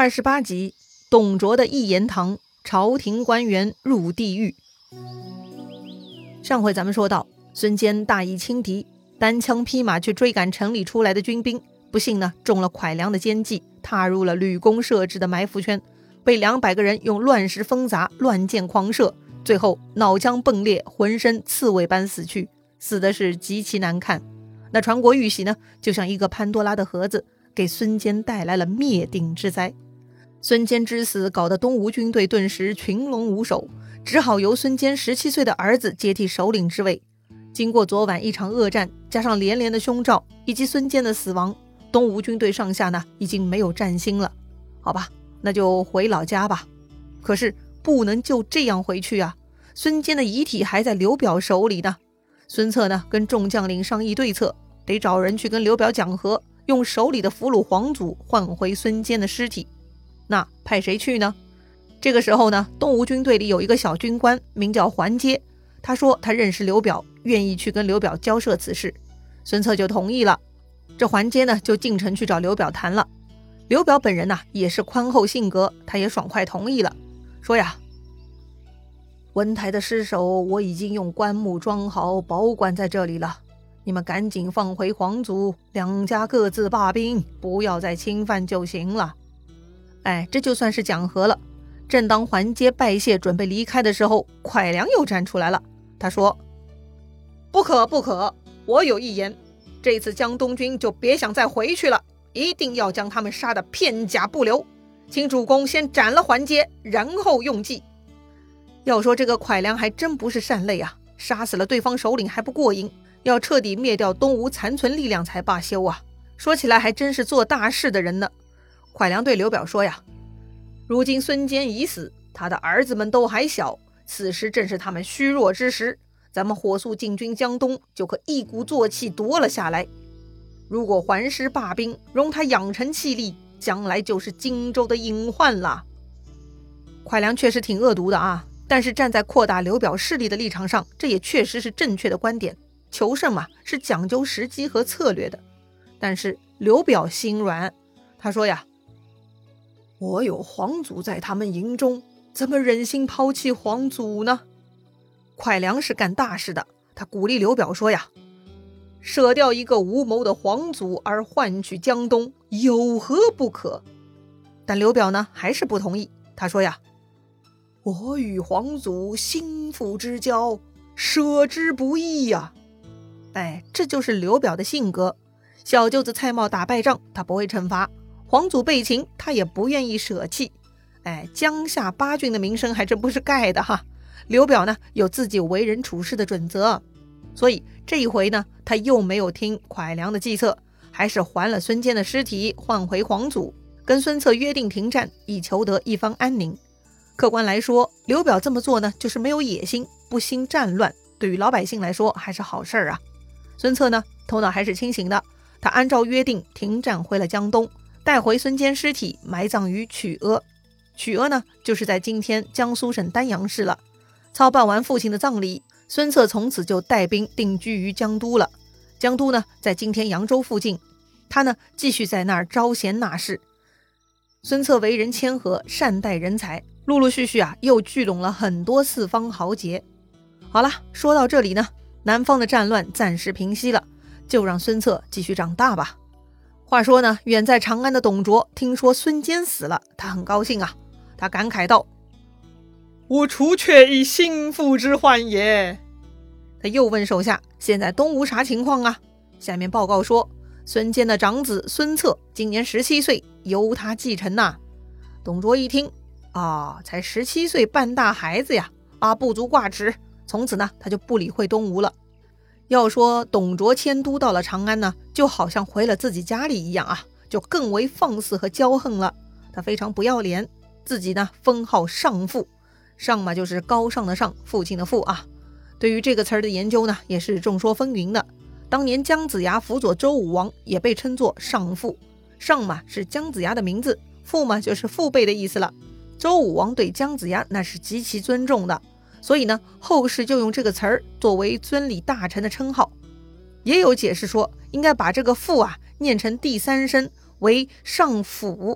28集，董卓的一言堂，朝廷官员入地狱。上回咱们说到，孙坚大意轻敌，单枪匹马去追赶城里出来的军兵，不幸呢中了蒯良的奸计，踏入了吕公设置的埋伏圈，被200个人用乱石封砸，乱箭狂射，最后脑浆迸裂，浑身刺猬般死去，死的是极其难看。那传国玉玺呢，就像一个潘多拉的盒子，给孙坚带来了灭顶之灾。孙坚之死搞得东吴军队顿时群龙无首，只好由孙坚17岁的儿子接替首领之位。经过昨晚一场恶战，加上连连的凶兆以及孙坚的死亡，东吴军队上下呢已经没有战心了。好吧，那就回老家吧。可是不能就这样回去啊，孙坚的遗体还在刘表手里呢。孙策呢跟众将领商议对策，得找人去跟刘表讲和，用手里的俘虏黄祖换回孙坚的尸体。那派谁去呢？这个时候呢，东吴军队里有一个小军官名叫桓阶，他说他认识刘表，愿意去跟刘表交涉此事。孙策就同意了。这桓阶呢就进城去找刘表谈了。刘表本人呢也是宽厚性格，他也爽快同意了，说呀，文台的尸首我已经用棺木装好，保管在这里了，你们赶紧放回黄祖，两家各自罢兵，不要再侵犯就行了。这就算是讲和了。正当桓阶拜谢准备离开的时候，蒯良又站出来了。他说，不可，我有一言，这次江东军就别想再回去了，一定要将他们杀得片甲不留，请主公先斩了桓阶，然后用计。要说这个蒯良还真不是善类啊，杀死了对方首领还不过瘾，要彻底灭掉东吴残存力量才罢休啊。说起来还真是做大事的人呢。蒯良对刘表说呀，如今孙坚已死，他的儿子们都还小，此时正是他们虚弱之时，咱们火速进军江东，就可一鼓作气夺了下来。如果桓师罢兵，容他养成气力，将来就是荆州的隐患了。蒯良确实挺恶毒的啊，但是站在扩大刘表势力的立场上，这也确实是正确的观点。求胜嘛，是讲究时机和策略的。但是刘表心软，他说呀，我有黄祖在他们营中，怎么忍心抛弃黄祖呢？蒯良是干大事的，他鼓励刘表说呀，舍掉一个无谋的黄祖而换取江东，有何不可？但刘表呢还是不同意，他说呀，我与黄祖心腹之交，舍之不易呀。这就是刘表的性格。小舅子蔡瑁打败仗，他不会惩罚；黄祖被擒，他也不愿意舍弃。江夏8郡的名声还真不是盖的哈。刘表呢有自己为人处事的准则，所以这一回呢，他又没有听蒯良的计策，还是还了孙坚的尸体，换回黄祖，跟孙策约定停战，以求得一方安宁。客观来说，刘表这么做呢，就是没有野心，不兴战乱，对于老百姓来说还是好事啊。孙策呢头脑还是清醒的，他按照约定停战回了江东，带回孙坚尸体埋葬于曲阿。曲阿呢就是在今天江苏省丹阳市了。操办完父亲的葬礼，孙策从此就带兵定居于江都了。江都呢在今天扬州附近，他呢继续在那儿招贤纳士。孙策为人谦和，善待人才，陆陆续续又聚拢了很多四方豪杰。好了，说到这里呢，南方的战乱暂时平息了，就让孙策继续长大吧。话说呢，远在长安的董卓听说孙坚死了，他很高兴啊，他感慨道，我除却以心腹之患也。他又问手下，现在东吴啥情况啊？下面报告说，孙坚的长子孙策今年17岁，由他继承呐。董卓一听，才17岁半大孩子呀，不足挂齿。从此呢，他就不理会东吴了。要说董卓迁都到了长安呢，就好像回了自己家里一样啊，就更为放肆和骄横了。他非常不要脸，自己呢封号上父，上嘛就是高尚的上，父亲的父啊。对于这个词儿的研究呢，也是众说纷纭的。当年姜子牙辅佐周武王，也被称作上父。上嘛是姜子牙的名字，父嘛就是父辈的意思了。周武王对姜子牙那是极其尊重的，所以呢，后世就用这个词儿作为尊礼大臣的称号。也有解释说，应该把这个父念成第三声为上辅，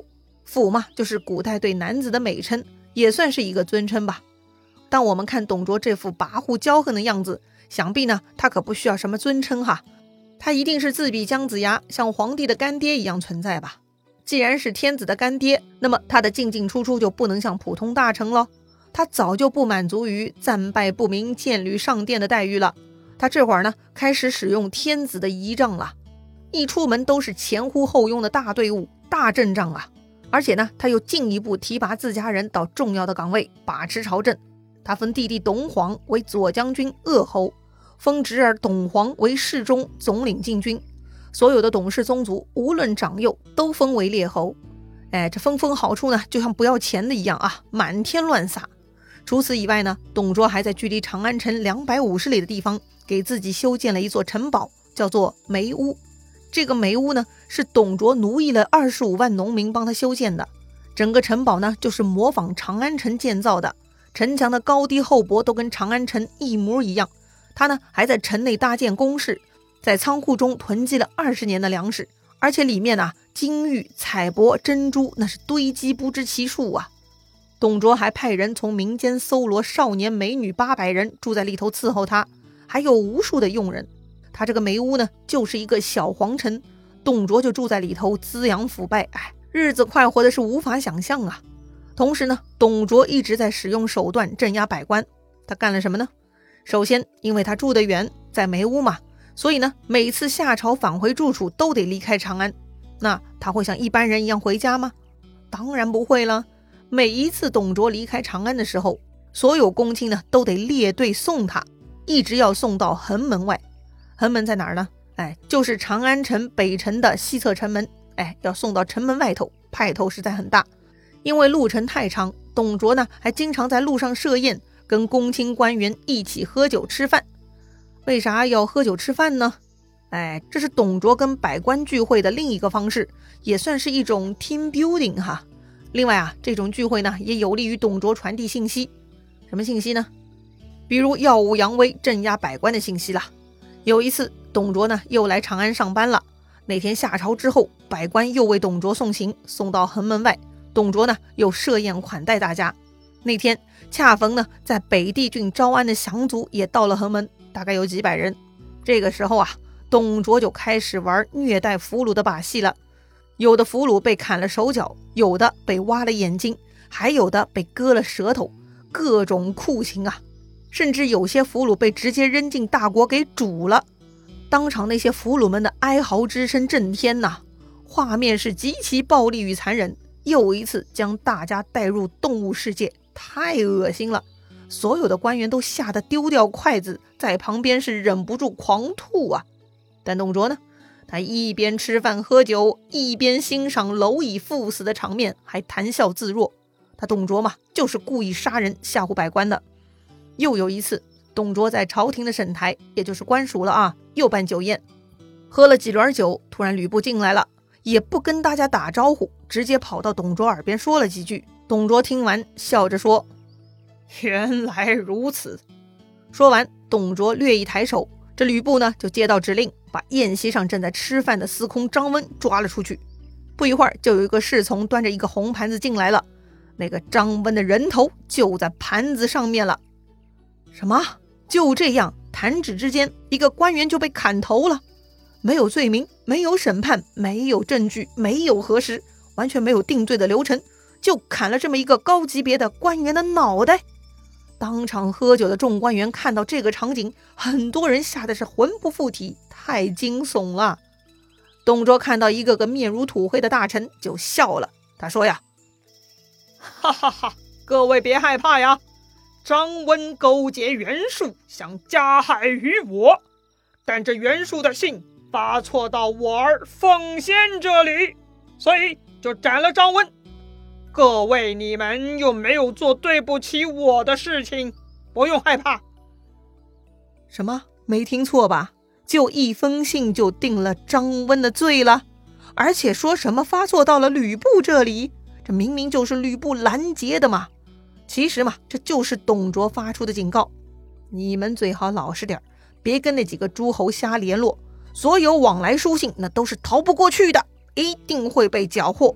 府嘛，就是古代对男子的美称，也算是一个尊称吧。但我们看董卓这副跋扈骄横的样子，想必呢他可不需要什么尊称哈，他一定是自比姜子牙，像皇帝的干爹一样存在吧。既然是天子的干爹，那么他的进进出出就不能像普通大臣了，他早就不满足于战败不明、剑履上殿的待遇了，他这会儿呢开始使用天子的仪仗了，一出门都是前呼后拥的大队伍、大阵仗啊。而且呢他又进一步提拔自家人到重要的岗位，把持朝政。他封弟弟董晃为左将军、鄂侯，封侄儿董黄为侍中、总领禁军。所有的董氏宗族无论长幼都封为列侯。这封好处呢就像不要钱的一样啊，满天乱撒。除此以外呢，董卓还在距离长安城250里的地方给自己修建了一座城堡，叫做梅屋。这个梅屋呢是董卓奴役了25万农民帮他修建的，整个城堡呢就是模仿长安城建造的，城墙的高低厚薄都跟长安城一模一样。他呢还在城内搭建工事，在仓库中囤积了20年的粮食，而且里面啊金玉、彩帛、珍珠那是堆积不知其数啊。董卓还派人从民间搜罗少年美女800人住在里头伺候他，还有无数的佣人。他这个梅屋呢就是一个小皇城，董卓就住在里头滋养腐败，日子快活的是无法想象啊。同时呢，董卓一直在使用手段镇压百官。他干了什么呢？首先因为他住得远，在梅屋嘛，所以呢每次下朝返回住处都得离开长安。那他会像一般人一样回家吗？当然不会了。每一次董卓离开长安的时候，所有公卿呢都得列队送他，一直要送到横门外。横门在哪儿呢？就是长安城北城的西侧城门。要送到城门外头，派头实在很大。因为路程太长，董卓呢还经常在路上设宴，跟公卿官员一起喝酒吃饭。为啥要喝酒吃饭呢？这是董卓跟百官聚会的另一个方式，也算是一种 team building 哈。另外啊，这种聚会呢也有利于董卓传递信息。什么信息呢？比如耀武扬威、镇压百官的信息啦。有一次董卓呢又来长安上班了，那天下朝之后，百官又为董卓送行，送到横门外，董卓呢又设宴款待大家。那天恰逢呢在北地郡招安的降卒也到了横门，大概有几百人。这个时候啊，董卓就开始玩虐待俘虏的把戏了。有的俘虏被砍了手脚，有的被挖了眼睛，还有的被割了舌头，各种酷刑啊。甚至有些俘虏被直接扔进大锅给煮了。当场那些俘虏们的哀嚎之声震天呐，画面是极其暴力与残忍，又一次将大家带入动物世界，太恶心了。所有的官员都吓得丢掉筷子，在旁边是忍不住狂吐啊。但董卓呢，他一边吃饭喝酒，一边欣赏蝼蚁赴死的场面，还谈笑自若。他董卓嘛，就是故意杀人吓唬百官的。又有一次，董卓在朝廷的审台，也就是官署了啊，又办酒宴。喝了几轮酒，突然吕布进来了，也不跟大家打招呼，直接跑到董卓耳边说了几句。董卓听完笑着说：原来如此。说完，董卓略一抬手，这吕布呢就接到指令，把宴席上正在吃饭的司空张温抓了出去。不一会儿，就有一个侍从端着一个红盘子进来了，那个张温的人头就在盘子上面了。什么？就这样，弹指之间，一个官员就被砍头了。没有罪名，没有审判，没有证据，没有核实，完全没有定罪的流程，就砍了这么一个高级别的官员的脑袋。当场喝酒的众官员看到这个场景，很多人吓得是魂不附体，太惊悚了。董卓看到一个个面如土灰的大臣，就笑了。他说呀：哈哈哈，各位别害怕呀，张温勾结袁术，想加害于我，但这袁术的信发错到我儿奉先这里，所以就斩了张温。各位你们又没有做对不起我的事情，不用害怕。什么？没听错吧？就一封信就定了张温的罪了，而且说什么发错到了吕布这里，这明明就是吕布拦截的嘛。其实嘛，这就是董卓发出的警告，你们最好老实点，别跟那几个诸侯瞎联络，所有往来书信那都是逃不过去的，一定会被缴获。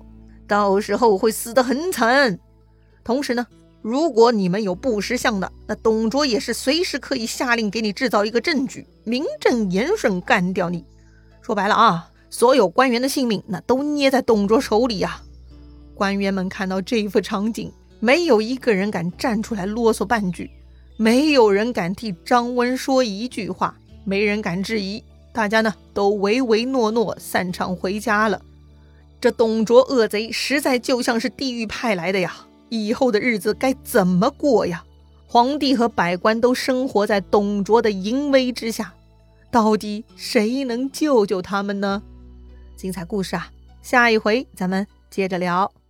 到时候会死得很惨。同时呢，如果你们有不识相的，那董卓也是随时可以下令给你制造一个证据，名正言顺干掉你。说白了啊，所有官员的性命那都捏在董卓手里啊。官员们看到这幅场景，没有一个人敢站出来啰嗦半句，没有人敢替张温说一句话，没人敢质疑，大家呢都唯唯诺诺散场回家了。这董卓恶贼实在就像是地狱派来的呀，以后的日子该怎么过呀？皇帝和百官都生活在董卓的淫威之下，到底谁能救救他们呢？精彩故事啊，下一回咱们接着聊。